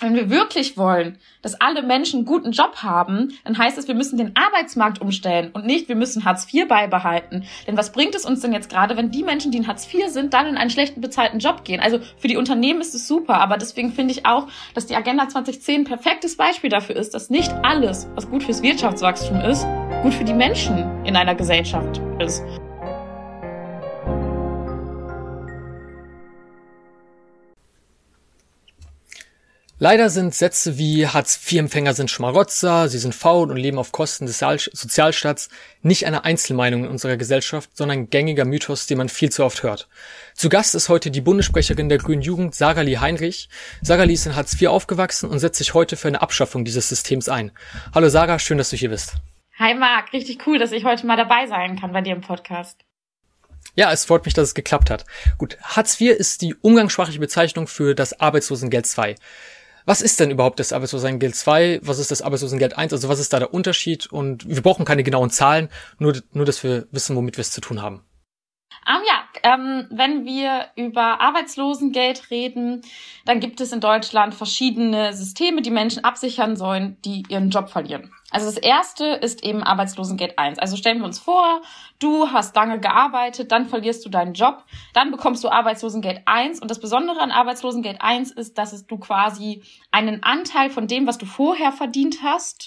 Wenn wir wirklich wollen, dass alle Menschen einen guten Job haben, dann heißt es, wir müssen den Arbeitsmarkt umstellen und nicht, wir müssen Hartz IV beibehalten. Denn was bringt es uns denn jetzt gerade, wenn die Menschen, die in Hartz IV sind, dann in einen schlechten bezahlten Job gehen? Also für die Unternehmen ist es super, aber deswegen finde ich auch, dass die Agenda 2010 ein perfektes Beispiel dafür ist, dass nicht alles, was gut fürs Wirtschaftswachstum ist, gut für die Menschen in einer Gesellschaft ist. Leider sind Sätze wie Hartz-IV-Empfänger sind Schmarotzer, sie sind faul und leben auf Kosten des Sozialstaats nicht eine Einzelmeinung in unserer Gesellschaft, sondern ein gängiger Mythos, den man viel zu oft hört. Zu Gast ist heute die Bundessprecherin der Grünen Jugend, Sara-Li Heinrich. Sara-Li ist in Hartz IV aufgewachsen und setzt sich heute für eine Abschaffung dieses Systems ein. Hallo Sarah, schön, dass du hier bist. Hi Marc, richtig cool, dass ich heute mal dabei sein kann bei dir im Podcast. Ja, es freut mich, dass es geklappt hat. Gut, Hartz IV ist die umgangssprachliche Bezeichnung für das Arbeitslosengeld II. Was ist denn überhaupt das Arbeitslosengeld II? Was ist das Arbeitslosengeld I? Also was ist da der Unterschied? Und wir brauchen keine genauen Zahlen, nur dass wir wissen, womit wir es zu tun haben. Wenn wir über Arbeitslosengeld reden, dann gibt es in Deutschland verschiedene Systeme, die Menschen absichern sollen, die ihren Job verlieren. Also das erste ist eben Arbeitslosengeld I. Also stellen wir uns vor, du hast lange gearbeitet, dann verlierst du deinen Job, dann bekommst du Arbeitslosengeld I. Und das Besondere an Arbeitslosengeld I ist, dass du quasi einen Anteil von dem, was du vorher verdient hast,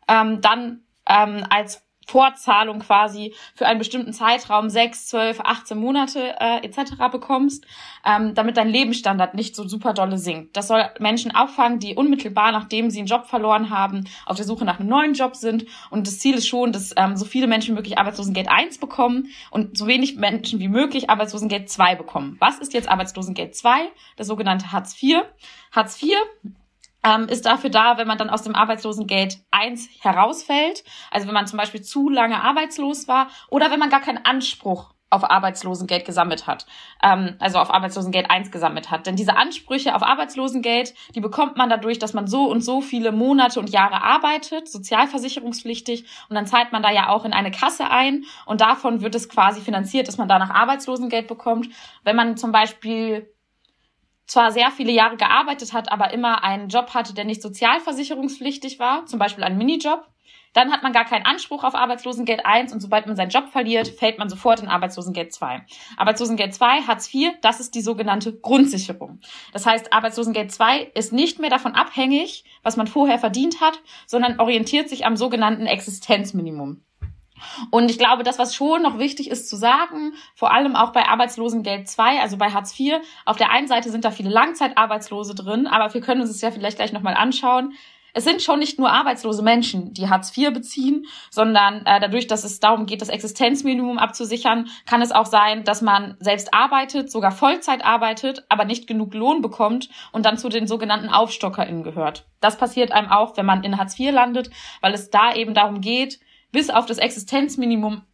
als Vorzahlung quasi für einen bestimmten Zeitraum, 6, 12, 18 Monate etc. bekommst, damit dein Lebensstandard nicht so super dolle sinkt. Das soll Menschen auffangen, die unmittelbar, nachdem sie einen Job verloren haben, auf der Suche nach einem neuen Job sind. Und das Ziel ist schon, dass so viele Menschen wie möglich Arbeitslosengeld I bekommen und so wenig Menschen wie möglich Arbeitslosengeld II bekommen. Was ist jetzt Arbeitslosengeld II? Das sogenannte Hartz IV. Hartz IV ist dafür da, wenn man dann aus dem Arbeitslosengeld I herausfällt, also wenn man zum Beispiel zu lange arbeitslos war oder wenn man gar keinen Anspruch auf Arbeitslosengeld gesammelt hat, also auf Arbeitslosengeld I gesammelt hat. Denn diese Ansprüche auf Arbeitslosengeld, die bekommt man dadurch, dass man so und so viele Monate und Jahre arbeitet, sozialversicherungspflichtig, und dann zahlt man da ja auch in eine Kasse ein und davon wird es quasi finanziert, dass man danach Arbeitslosengeld bekommt. Wenn man zum Beispiel zwar sehr viele Jahre gearbeitet hat, aber immer einen Job hatte, der nicht sozialversicherungspflichtig war, zum Beispiel einen Minijob, dann hat man gar keinen Anspruch auf Arbeitslosengeld I und sobald man seinen Job verliert, fällt man sofort in Arbeitslosengeld II. Arbeitslosengeld II, Hartz IV, das ist die sogenannte Grundsicherung. Das heißt, Arbeitslosengeld II ist nicht mehr davon abhängig, was man vorher verdient hat, sondern orientiert sich am sogenannten Existenzminimum. Und ich glaube, das, was schon noch wichtig ist zu sagen, vor allem auch bei Arbeitslosengeld II, also bei Hartz IV, auf der einen Seite sind da viele Langzeitarbeitslose drin, aber wir können uns das ja vielleicht gleich nochmal anschauen. Es sind schon nicht nur arbeitslose Menschen, die Hartz IV beziehen, sondern dadurch, dass es darum geht, das Existenzminimum abzusichern, kann es auch sein, dass man selbst arbeitet, sogar Vollzeit arbeitet, aber nicht genug Lohn bekommt und dann zu den sogenannten AufstockerInnen gehört. Das passiert einem auch, wenn man in Hartz IV landet, weil es da eben darum geht, bis auf das Existenzminimum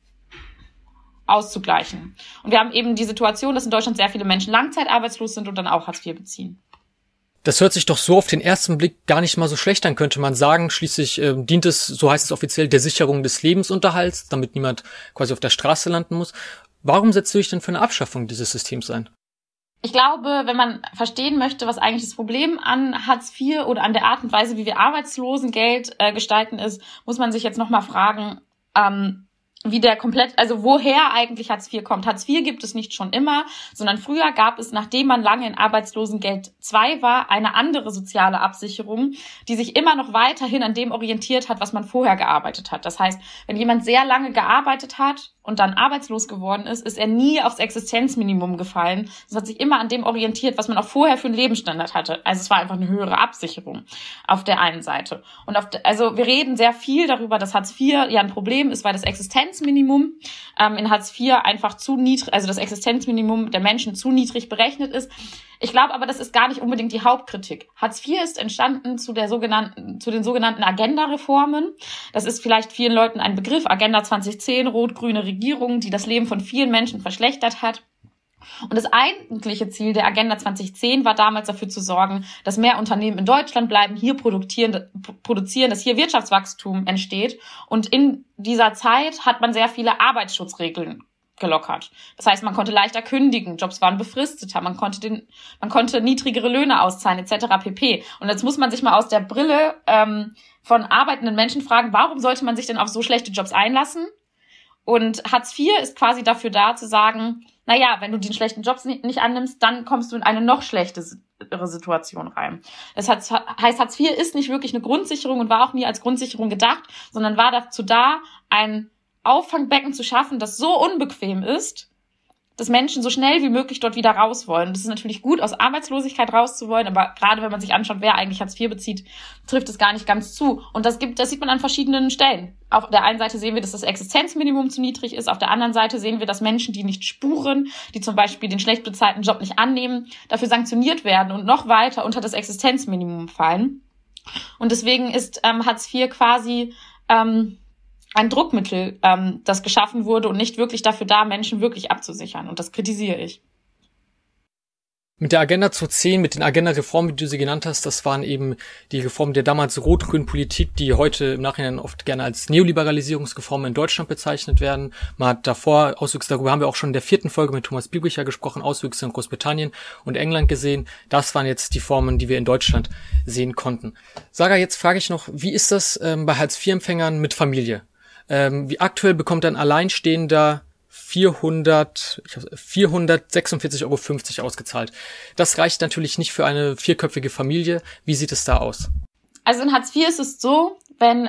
auszugleichen. Und wir haben eben die Situation, dass in Deutschland sehr viele Menschen langzeitarbeitslos sind und dann auch Hartz IV beziehen. Das hört sich doch so auf den ersten Blick gar nicht mal so schlecht an, könnte man sagen. Schließlich dient es, so heißt es offiziell, der Sicherung des Lebensunterhalts, damit niemand quasi auf der Straße landen muss. Warum setzt du dich denn für eine Abschaffung dieses Systems ein? Ich glaube, wenn man verstehen möchte, was eigentlich das Problem an Hartz IV oder an der Art und Weise, wie wir Arbeitslosengeld gestalten ist, muss man sich jetzt nochmal fragen, wie woher eigentlich Hartz IV kommt. Hartz IV gibt es nicht schon immer, sondern früher gab es, nachdem man lange in Arbeitslosengeld II war, eine andere soziale Absicherung, die sich immer noch weiterhin an dem orientiert hat, was man vorher gearbeitet hat. Das heißt, wenn jemand sehr lange gearbeitet hat und dann arbeitslos geworden ist, ist er nie aufs Existenzminimum gefallen. Es hat sich immer an dem orientiert, was man auch vorher für einen Lebensstandard hatte. Also es war einfach eine höhere Absicherung auf der einen Seite. Und also wir reden sehr viel darüber, dass Hartz IV ja ein Problem ist, weil das Existenzminimum in Hartz IV einfach zu niedrig, also das Existenzminimum der Menschen zu niedrig berechnet ist. Ich glaube aber, das ist gar nicht unbedingt die Hauptkritik. Hartz IV ist entstanden zu den sogenannten Agenda-Reformen. Das ist vielleicht vielen Leuten ein Begriff. Agenda 2010, rot-grüne Regierung, die das Leben von vielen Menschen verschlechtert hat. Und das eigentliche Ziel der Agenda 2010 war damals dafür zu sorgen, dass mehr Unternehmen in Deutschland bleiben, hier produzieren, dass hier Wirtschaftswachstum entsteht. Und in dieser Zeit hat man sehr viele Arbeitsschutzregeln gelockert. Das heißt, man konnte leichter kündigen, Jobs waren befristeter, man konnte niedrigere Löhne auszahlen, etc. pp. Und jetzt muss man sich mal aus der Brille von arbeitenden Menschen fragen, warum sollte man sich denn auf so schlechte Jobs einlassen? Und Hartz IV ist quasi dafür da, zu sagen, naja, wenn du den schlechten Job nicht annimmst, dann kommst du in eine noch schlechtere Situation rein. Das heißt, Hartz IV ist nicht wirklich eine Grundsicherung und war auch nie als Grundsicherung gedacht, sondern war dazu da, ein Auffangbecken zu schaffen, das so unbequem ist, dass Menschen so schnell wie möglich dort wieder raus wollen. Das ist natürlich gut, aus Arbeitslosigkeit rauszuwollen, aber gerade wenn man sich anschaut, wer eigentlich Hartz IV bezieht, trifft es gar nicht ganz zu. Und das sieht man an verschiedenen Stellen. Auf der einen Seite sehen wir, dass das Existenzminimum zu niedrig ist. Auf der anderen Seite sehen wir, dass Menschen, die nicht spuren, die zum Beispiel den schlecht bezahlten Job nicht annehmen, dafür sanktioniert werden und noch weiter unter das Existenzminimum fallen. Und deswegen ist Hartz IV quasi ein Druckmittel, das geschaffen wurde und nicht wirklich dafür da, Menschen wirklich abzusichern. Und das kritisiere ich. Mit der Agenda 2010, mit den Agenda-Reformen, wie du sie genannt hast, das waren eben die Reformen der damals rot-grünen Politik, die heute im Nachhinein oft gerne als Neoliberalisierungsreformen in Deutschland bezeichnet werden. Man hat davor Auswüchse, darüber haben wir auch schon in der 4. Folge mit Thomas Biebricher gesprochen, Auswüchse in Großbritannien und England gesehen. Das waren jetzt die Formen, die wir in Deutschland sehen konnten. Saga, jetzt frage ich noch, wie ist das bei Hartz-IV-Empfängern mit Familie? Wie aktuell bekommt ein Alleinstehender 446,50 € ausgezahlt. Das reicht natürlich nicht für eine 4-köpfige Familie. Wie sieht es da aus? Also in Hartz IV ist es so, wenn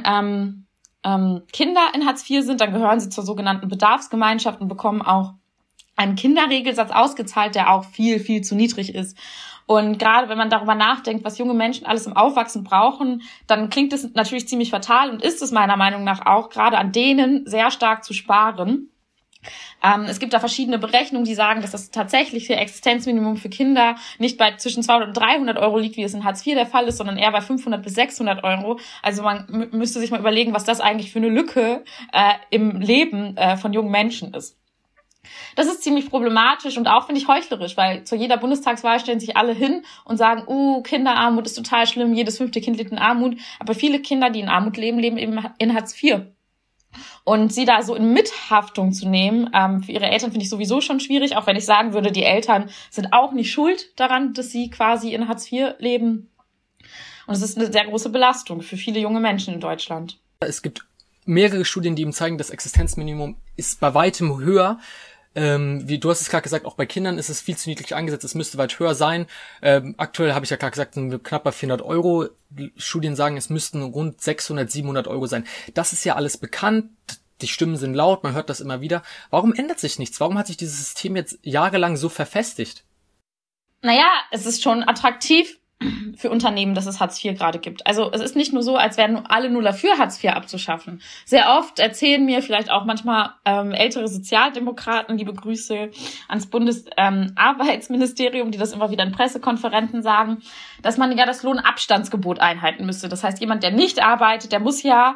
Kinder in Hartz IV sind, dann gehören sie zur sogenannten Bedarfsgemeinschaft und bekommen auch einen Kinderregelsatz ausgezahlt, der auch viel, viel zu niedrig ist. Und gerade wenn man darüber nachdenkt, was junge Menschen alles im Aufwachsen brauchen, dann klingt es natürlich ziemlich fatal und ist es meiner Meinung nach auch, gerade an denen sehr stark zu sparen. Es gibt da verschiedene Berechnungen, die sagen, dass das tatsächliche Existenzminimum für Kinder nicht bei zwischen 200 und 300 € liegt, wie es in Hartz IV der Fall ist, sondern eher bei 500 bis 600 €. Also man müsste sich mal überlegen, was das eigentlich für eine Lücke im Leben von jungen Menschen ist. Das ist ziemlich problematisch und auch, finde ich, heuchlerisch, weil zu jeder Bundestagswahl stellen sich alle hin und sagen, Kinderarmut ist total schlimm, jedes 5. Kind lebt in Armut. Aber viele Kinder, die in Armut leben, leben eben in Hartz IV. Und sie da so in Mithaftung zu nehmen, für ihre Eltern finde ich sowieso schon schwierig, auch wenn ich sagen würde, die Eltern sind auch nicht schuld daran, dass sie quasi in Hartz IV leben. Und es ist eine sehr große Belastung für viele junge Menschen in Deutschland. Es gibt mehrere Studien, die eben zeigen, das Existenzminimum ist bei weitem höher. Wie du hast es gerade gesagt, auch bei Kindern ist es viel zu niedrig angesetzt, es müsste weit höher sein. Aktuell habe ich ja gerade gesagt, sind wir knapp bei 400 €. Die Studien sagen, es müssten rund 600, 700 € sein. Das ist ja alles bekannt, die Stimmen sind laut, man hört das immer wieder. Warum ändert sich nichts? Warum hat sich dieses System jetzt jahrelang so verfestigt? Naja, es ist schon attraktiv für Unternehmen, dass es Hartz IV gerade gibt. Also es ist nicht nur so, als wären alle nur dafür, Hartz IV abzuschaffen. Sehr oft erzählen mir vielleicht auch manchmal ältere Sozialdemokraten, liebe Grüße ans Bundesarbeitsministerium, die das immer wieder in Pressekonferenzen sagen, dass man ja das Lohnabstandsgebot einhalten müsste. Das heißt, jemand, der nicht arbeitet, der muss ja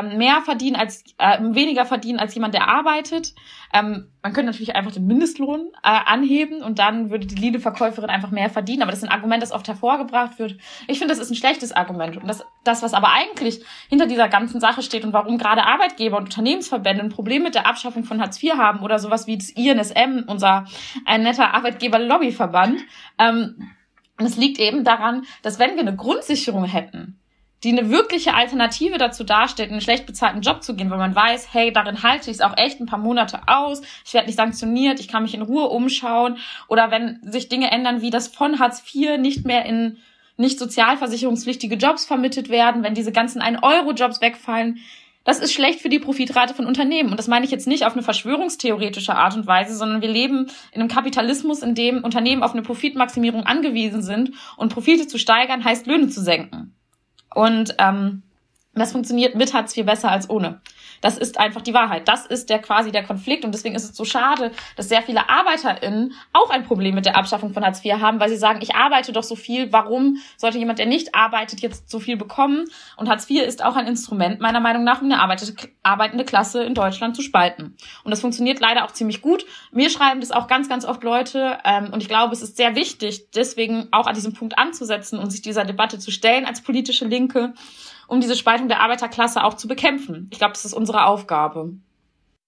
weniger verdienen als jemand, der arbeitet. Man könnte natürlich einfach den Mindestlohn anheben und dann würde die Lidl-Verkäuferin einfach mehr verdienen. Aber das ist ein Argument, das oft hervorgebracht wird. Ich finde, das ist ein schlechtes Argument. Und das, was aber eigentlich hinter dieser ganzen Sache steht und warum gerade Arbeitgeber und Unternehmensverbände ein Problem mit der Abschaffung von Hartz IV haben oder sowas wie das INSM, ein netter Arbeitgeber-Lobbyverband, das liegt eben daran, dass wenn wir eine Grundsicherung hätten, die eine wirkliche Alternative dazu darstellt, in einen schlecht bezahlten Job zu gehen, weil man weiß, hey, darin halte ich es auch echt ein paar Monate aus, ich werde nicht sanktioniert, ich kann mich in Ruhe umschauen, oder wenn sich Dinge ändern, wie das von Hartz IV nicht mehr in nicht sozialversicherungspflichtige Jobs vermittelt werden, wenn diese ganzen 1-Euro-Jobs wegfallen, das ist schlecht für die Profitrate von Unternehmen. Und das meine ich jetzt nicht auf eine verschwörungstheoretische Art und Weise, sondern wir leben in einem Kapitalismus, in dem Unternehmen auf eine Profitmaximierung angewiesen sind und Profite zu steigern heißt, Löhne zu senken. Und das funktioniert mit Hartz IV besser als ohne. Das ist einfach die Wahrheit. Das ist quasi der Konflikt und deswegen ist es so schade, dass sehr viele ArbeiterInnen auch ein Problem mit der Abschaffung von Hartz IV haben, weil sie sagen, ich arbeite doch so viel, warum sollte jemand, der nicht arbeitet, jetzt so viel bekommen? Und Hartz IV ist auch ein Instrument, meiner Meinung nach, um eine arbeitende Klasse in Deutschland zu spalten. Und das funktioniert leider auch ziemlich gut. Mir schreiben das auch ganz, ganz oft Leute und ich glaube, es ist sehr wichtig, deswegen auch an diesem Punkt anzusetzen und sich dieser Debatte zu stellen als politische Linke, um diese Spaltung der Arbeiterklasse auch zu bekämpfen. Ich glaube, das ist unsere Aufgabe.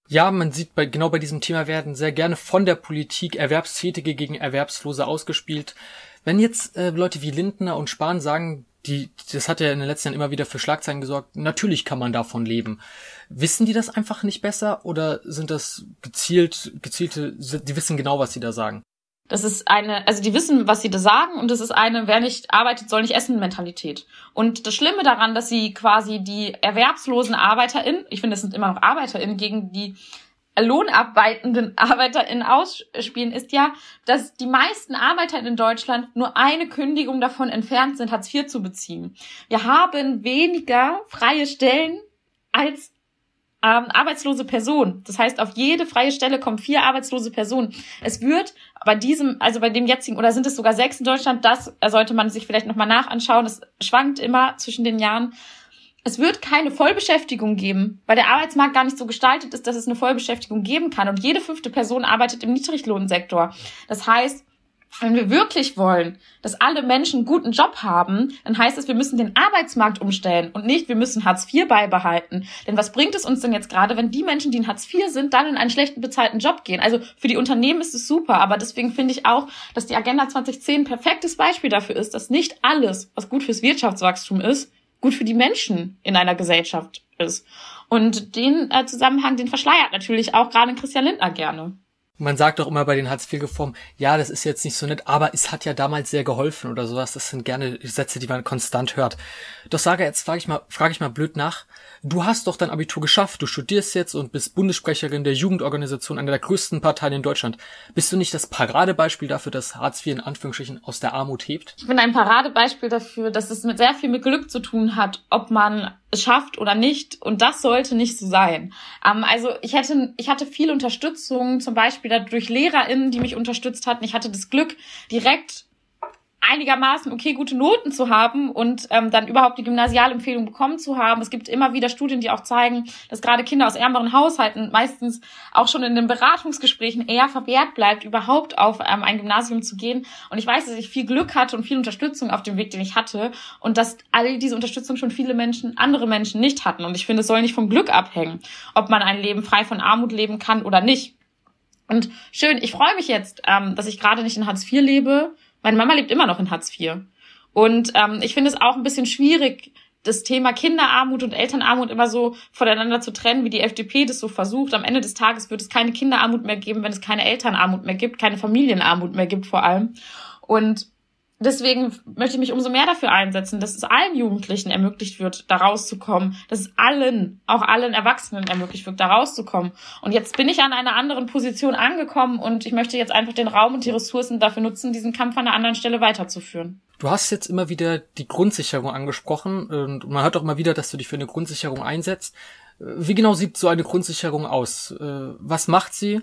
Ja, man sieht genau bei diesem Thema werden sehr gerne von der Politik Erwerbstätige gegen Erwerbslose ausgespielt. Wenn jetzt Leute wie Lindner und Spahn sagen, das hat ja in den letzten Jahren immer wieder für Schlagzeilen gesorgt, natürlich kann man davon leben. Wissen die das einfach nicht besser oder sind das gezielte, die wissen genau, was sie da sagen? Das ist die wissen, was sie da sagen, und das ist wer nicht arbeitet, soll nicht essen Mentalität. Und das Schlimme daran, dass sie quasi die erwerbslosen ArbeiterInnen, ich finde, es sind immer noch ArbeiterInnen, gegen die lohnarbeitenden ArbeiterInnen ausspielen, ist ja, dass die meisten Arbeiter in Deutschland nur eine Kündigung davon entfernt sind, Hartz IV zu beziehen. Wir haben weniger freie Stellen als arbeitslose Personen. Das heißt, auf jede freie Stelle kommen 4 arbeitslose Personen. Es wird bei dem jetzigen, oder sind es sogar 6 in Deutschland, das sollte man sich vielleicht nochmal nachanschauen, das schwankt immer zwischen den Jahren. Es wird keine Vollbeschäftigung geben, weil der Arbeitsmarkt gar nicht so gestaltet ist, dass es eine Vollbeschäftigung geben kann. Und jede 5. Person arbeitet im Niedriglohnsektor. Das heißt, wenn wir wirklich wollen, dass alle Menschen einen guten Job haben, dann heißt es, wir müssen den Arbeitsmarkt umstellen und nicht, wir müssen Hartz IV beibehalten. Denn was bringt es uns denn jetzt gerade, wenn die Menschen, die in Hartz IV sind, dann in einen schlechten bezahlten Job gehen? Also für die Unternehmen ist es super, aber deswegen finde ich auch, dass die Agenda 2010 ein perfektes Beispiel dafür ist, dass nicht alles, was gut fürs Wirtschaftswachstum ist, gut für die Menschen in einer Gesellschaft ist. Und den Zusammenhang, den verschleiert natürlich auch gerade Christian Lindner gerne. Man sagt auch immer bei den Hartz-IV-Reformen, ja, das ist jetzt nicht so nett, aber es hat ja damals sehr geholfen oder sowas. Das sind gerne Sätze, die man konstant hört. Doch frage ich mal blöd nach. Du hast doch dein Abitur geschafft, du studierst jetzt und bist Bundessprecherin der Jugendorganisation einer der größten Parteien in Deutschland. Bist du nicht das Paradebeispiel dafür, dass Hartz IV in Anführungsstrichen aus der Armut hebt? Ich bin ein Paradebeispiel dafür, dass es sehr viel mit Glück zu tun hat, ob man es schafft oder nicht. Und das sollte nicht so sein. Ich hatte viel Unterstützung, zum Beispiel durch LehrerInnen, die mich unterstützt hatten. Ich hatte das Glück, direkt einigermaßen gute Noten zu haben und dann überhaupt die Gymnasialempfehlung bekommen zu haben. Es gibt immer wieder Studien, die auch zeigen, dass gerade Kinder aus ärmeren Haushalten meistens auch schon in den Beratungsgesprächen eher verwehrt bleibt, überhaupt auf ein Gymnasium zu gehen. Und ich weiß, dass ich viel Glück hatte und viel Unterstützung auf dem Weg, den ich hatte, und dass all diese Unterstützung schon andere Menschen nicht hatten. Und ich finde, es soll nicht vom Glück abhängen, ob man ein Leben frei von Armut leben kann oder nicht. Und schön, ich freue mich jetzt, dass ich gerade nicht in Hartz IV lebe. Meine Mama lebt immer noch in Hartz IV. Und ich finde es auch ein bisschen schwierig, das Thema Kinderarmut und Elternarmut immer so voneinander zu trennen, wie die FDP das so versucht. Am Ende des Tages wird es keine Kinderarmut mehr geben, wenn es keine Elternarmut mehr gibt, keine Familienarmut mehr gibt vor allem. Und deswegen möchte ich mich umso mehr dafür einsetzen, dass es allen Jugendlichen ermöglicht wird, da rauszukommen, dass es auch allen Erwachsenen ermöglicht wird, da rauszukommen. Und jetzt bin ich an einer anderen Position angekommen und ich möchte jetzt einfach den Raum und die Ressourcen dafür nutzen, diesen Kampf an einer anderen Stelle weiterzuführen. Du hast jetzt immer wieder die Grundsicherung angesprochen und man hört auch immer wieder, dass du dich für eine Grundsicherung einsetzt. Wie genau sieht so eine Grundsicherung aus? Was macht sie?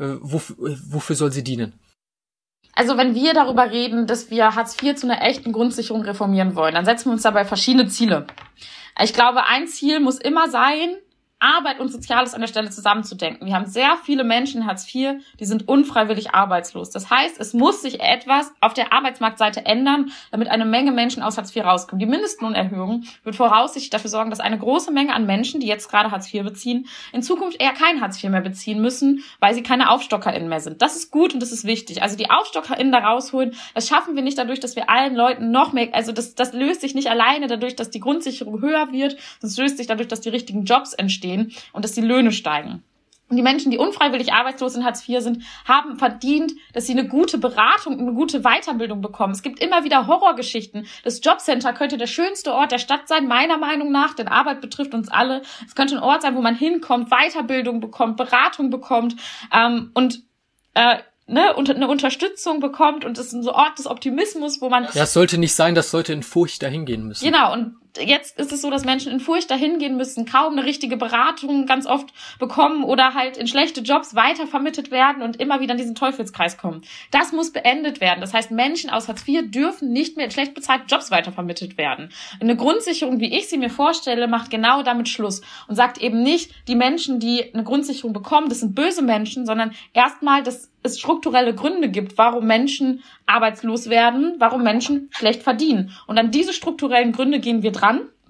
Wofür soll sie dienen? Also wenn wir darüber reden, dass wir Hartz IV zu einer echten Grundsicherung reformieren wollen, dann setzen wir uns dabei verschiedene Ziele. Ich glaube, ein Ziel muss immer sein, Arbeit und Soziales an der Stelle zusammenzudenken. Wir haben sehr viele Menschen in Hartz IV, die sind unfreiwillig arbeitslos. Das heißt, es muss sich etwas auf der Arbeitsmarktseite ändern, damit eine Menge Menschen aus Hartz IV rauskommen. Die Mindestlohnerhöhung wird voraussichtlich dafür sorgen, dass eine große Menge an Menschen, die jetzt gerade Hartz IV beziehen, in Zukunft eher kein Hartz IV mehr beziehen müssen, weil sie keine AufstockerInnen mehr sind. Das ist gut und das ist wichtig. Also die AufstockerInnen da rausholen, das schaffen wir nicht dadurch, dass wir allen Leuten noch mehr, also das löst sich nicht alleine dadurch, dass die Grundsicherung höher wird, das löst sich dadurch, dass die richtigen Jobs entstehen und dass die Löhne steigen. Und die Menschen, die unfreiwillig arbeitslos in Hartz IV sind, haben verdient, dass sie eine gute Beratung, eine gute Weiterbildung bekommen. Es gibt immer wieder Horrorgeschichten. Das Jobcenter könnte der schönste Ort der Stadt sein, meiner Meinung nach, denn Arbeit betrifft uns alle. Es könnte ein Ort sein, wo man hinkommt, Weiterbildung bekommt, Beratung bekommt und eine Unterstützung bekommt, und es ist ein Ort des Optimismus, wo man... Ja, es sollte nicht sein, dass Leute in Furcht dahin gehen müssen. Genau, und jetzt ist es so, dass Menschen in Furcht dahin gehen müssen, kaum eine richtige Beratung ganz oft bekommen oder halt in schlechte Jobs weitervermittelt werden und immer wieder in diesen Teufelskreis kommen. Das muss beendet werden. Das heißt, Menschen aus Hartz IV dürfen nicht mehr in schlecht bezahlten Jobs weitervermittelt werden. Eine Grundsicherung, wie ich sie mir vorstelle, macht genau damit Schluss und sagt eben nicht, die Menschen, die eine Grundsicherung bekommen, das sind böse Menschen, sondern erstmal, dass es strukturelle Gründe gibt, warum Menschen arbeitslos werden, warum Menschen schlecht verdienen. Und an diese strukturellen Gründe gehen wir dran.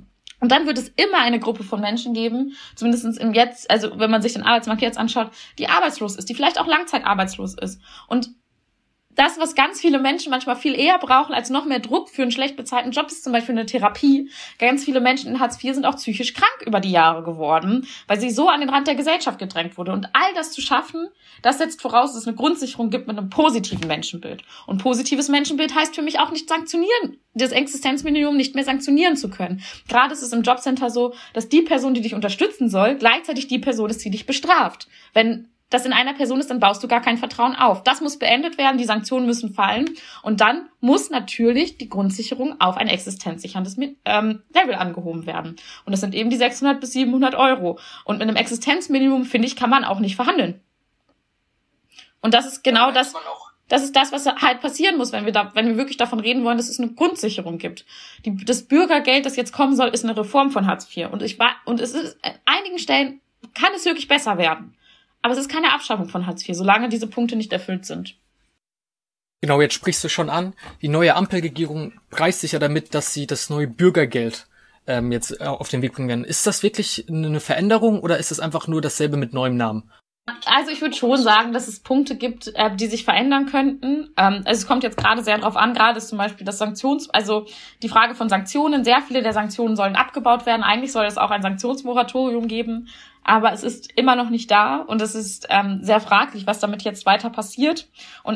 Und dann wird es immer eine Gruppe von Menschen geben, zumindest im Jetzt, also wenn man sich den Arbeitsmarkt jetzt anschaut, die arbeitslos ist, die vielleicht auch langzeitarbeitslos ist. Und das, was ganz viele Menschen manchmal viel eher brauchen als noch mehr Druck für einen schlecht bezahlten Job, ist zum Beispiel eine Therapie. Ganz viele Menschen in Hartz IV sind auch psychisch krank über die Jahre geworden, weil sie so an den Rand der Gesellschaft gedrängt wurde. Und all das zu schaffen, das setzt voraus, dass es eine Grundsicherung gibt mit einem positiven Menschenbild. Und positives Menschenbild heißt für mich auch nicht sanktionieren, das Existenzminimum nicht mehr sanktionieren zu können. Gerade ist es im Jobcenter so, dass die Person, die dich unterstützen soll, gleichzeitig die Person ist, die dich bestraft. Wenn das in einer Person ist, dann baust du gar kein Vertrauen auf. Das muss beendet werden, die Sanktionen müssen fallen und dann muss natürlich die Grundsicherung auf ein existenzsicherndes Level angehoben werden. Und das sind eben die 600 bis 700 Euro. Und mit einem Existenzminimum, finde ich, kann man auch nicht verhandeln. Und das ist genau das ist das, was halt passieren muss, wenn wir wirklich davon reden wollen, dass es eine Grundsicherung gibt. Das Bürgergeld, das jetzt kommen soll, ist eine Reform von Hartz IV. Und es ist, an einigen Stellen kann es wirklich besser werden. Aber es ist keine Abschaffung von Hartz IV, solange diese Punkte nicht erfüllt sind. Genau, jetzt sprichst du schon an. Die neue Ampelregierung preist sich ja damit, dass sie das neue Bürgergeld jetzt auf den Weg bringen werden. Ist das wirklich eine Veränderung oder ist das einfach nur dasselbe mit neuem Namen? Also ich würde schon sagen, dass es Punkte gibt, die sich verändern könnten. Also es kommt jetzt gerade sehr drauf an, gerade ist zum Beispiel das also die Frage von Sanktionen. Sehr viele der Sanktionen sollen abgebaut werden. Eigentlich soll es auch ein Sanktionsmoratorium geben, aber es ist immer noch nicht da und es ist sehr fraglich, was damit jetzt weiter passiert. Und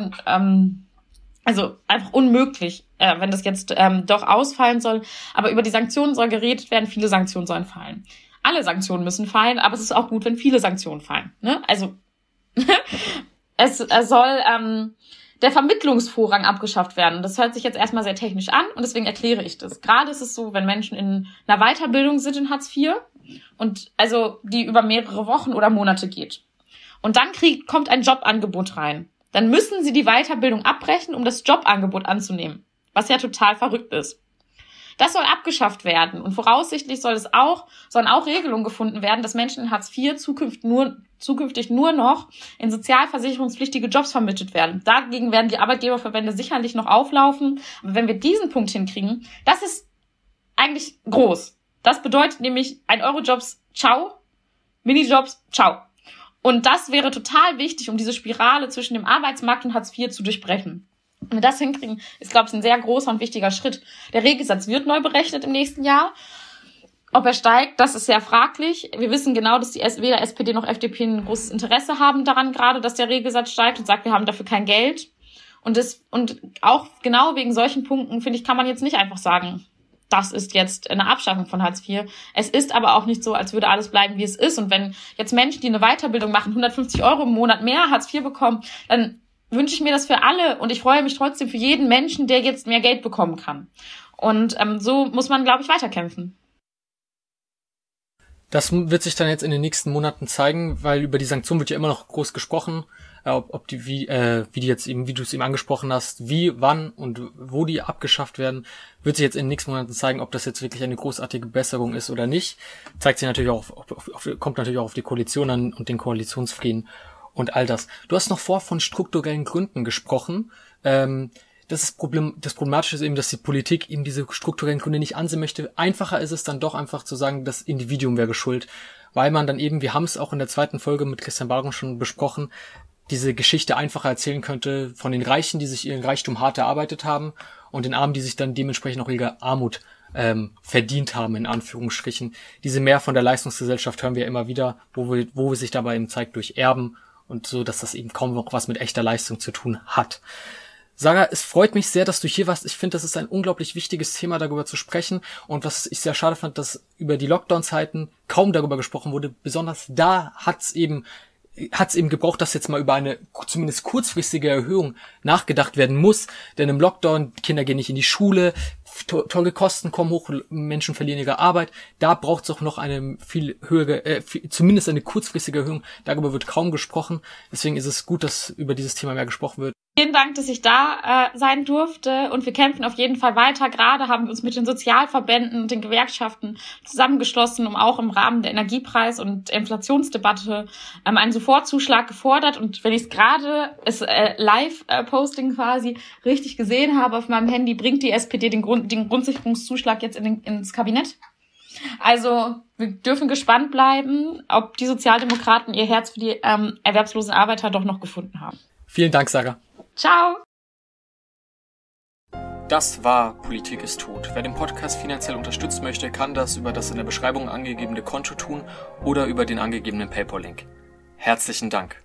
also einfach unmöglich, wenn das jetzt doch ausfallen soll. Aber über die Sanktionen soll geredet werden, viele Sanktionen sollen fallen. Alle Sanktionen müssen fallen, aber es ist auch gut, wenn viele Sanktionen fallen. Ne? Also es soll der Vermittlungsvorrang abgeschafft werden. Das hört sich jetzt erstmal sehr technisch an und deswegen erkläre ich das. Gerade ist es so, wenn Menschen in einer Weiterbildung sind in Hartz IV und also die über mehrere Wochen oder Monate geht. Und dann kommt ein Jobangebot rein. Dann müssen sie die Weiterbildung abbrechen, um das Jobangebot anzunehmen. Was ja total verrückt ist. Das soll abgeschafft werden und voraussichtlich sollen auch Regelungen gefunden werden, dass Menschen in Hartz IV zukünftig nur noch in sozialversicherungspflichtige Jobs vermittelt werden. Dagegen werden die Arbeitgeberverbände sicherlich noch auflaufen. Aber wenn wir diesen Punkt hinkriegen, das ist eigentlich groß. Das bedeutet nämlich 1-Euro-Jobs, ciao, Minijobs, ciao. Und das wäre total wichtig, um diese Spirale zwischen dem Arbeitsmarkt und Hartz IV zu durchbrechen. Wenn wir das hinkriegen, ist, glaube ich, ein sehr großer und wichtiger Schritt. Der Regelsatz wird neu berechnet im nächsten Jahr. Ob er steigt, das ist sehr fraglich. Wir wissen genau, dass weder SPD noch FDP ein großes Interesse haben daran gerade, dass der Regelsatz steigt und sagt, wir haben dafür kein Geld. Und auch genau wegen solchen Punkten, finde ich, kann man jetzt nicht einfach sagen, das ist jetzt eine Abschaffung von Hartz IV. Es ist aber auch nicht so, als würde alles bleiben, wie es ist. Und wenn jetzt Menschen, die eine Weiterbildung machen, 150 Euro im Monat mehr Hartz IV bekommen, dann wünsche ich mir das für alle und ich freue mich trotzdem für jeden Menschen, der jetzt mehr Geld bekommen kann. Und so muss man, glaube ich, weiterkämpfen. Das wird sich dann jetzt in den nächsten Monaten zeigen, weil über die Sanktionen wird ja immer noch groß gesprochen, wie du es eben angesprochen hast, wie, wann und wo die abgeschafft werden, wird sich jetzt in den nächsten Monaten zeigen, ob das jetzt wirklich eine großartige Besserung ist oder nicht. Kommt natürlich auch auf die Koalition an und den Koalitionsfrieden und all das. Du hast noch von strukturellen Gründen gesprochen. Das Problematische ist eben, dass die Politik eben diese strukturellen Gründe nicht ansehen möchte. Einfacher ist es dann doch einfach zu sagen, das Individuum wäre schuld, weil man dann eben, wir haben es auch in der 2. Folge mit Christian Baron schon besprochen, diese Geschichte einfacher erzählen könnte von den Reichen, die sich ihren Reichtum hart erarbeitet haben und den Armen, die sich dann dementsprechend auch ihre Armut verdient haben, in Anführungsstrichen. Diese Mehr von der Leistungsgesellschaft hören wir immer wieder, wo sich dabei eben zeigt durch Erben und so, dass das eben kaum noch was mit echter Leistung zu tun hat. Sarah, es freut mich sehr, dass du hier warst. Ich finde, das ist ein unglaublich wichtiges Thema, darüber zu sprechen. Und was ich sehr schade fand, dass über die Lockdown-Zeiten kaum darüber gesprochen wurde. Besonders da hat's eben gebraucht, dass jetzt mal über eine zumindest kurzfristige Erhöhung nachgedacht werden muss. Denn im Lockdown, Kinder gehen nicht in die Schule, teure Kosten kommen hoch, Menschen verlieren ihre Arbeit. Da braucht es auch noch eine viel höhere, zumindest eine kurzfristige Erhöhung. Darüber wird kaum gesprochen. Deswegen ist es gut, dass über dieses Thema mehr gesprochen wird. Vielen Dank, dass ich da sein durfte und wir kämpfen auf jeden Fall weiter. Gerade haben wir uns mit den Sozialverbänden und den Gewerkschaften zusammengeschlossen, um auch im Rahmen der Energiepreis- und Inflationsdebatte einen Sofortzuschlag gefordert. Und wenn ich es gerade Live-Posting quasi richtig gesehen habe auf meinem Handy, bringt die SPD den Grundsicherungszuschlag jetzt ins Kabinett. Also wir dürfen gespannt bleiben, ob die Sozialdemokraten ihr Herz für die erwerbslosen Arbeiter doch noch gefunden haben. Vielen Dank, Sarah. Ciao. Das war Politik ist tot. Wer den Podcast finanziell unterstützen möchte, kann das über das in der Beschreibung angegebene Konto tun oder über den angegebenen PayPal-Link. Herzlichen Dank.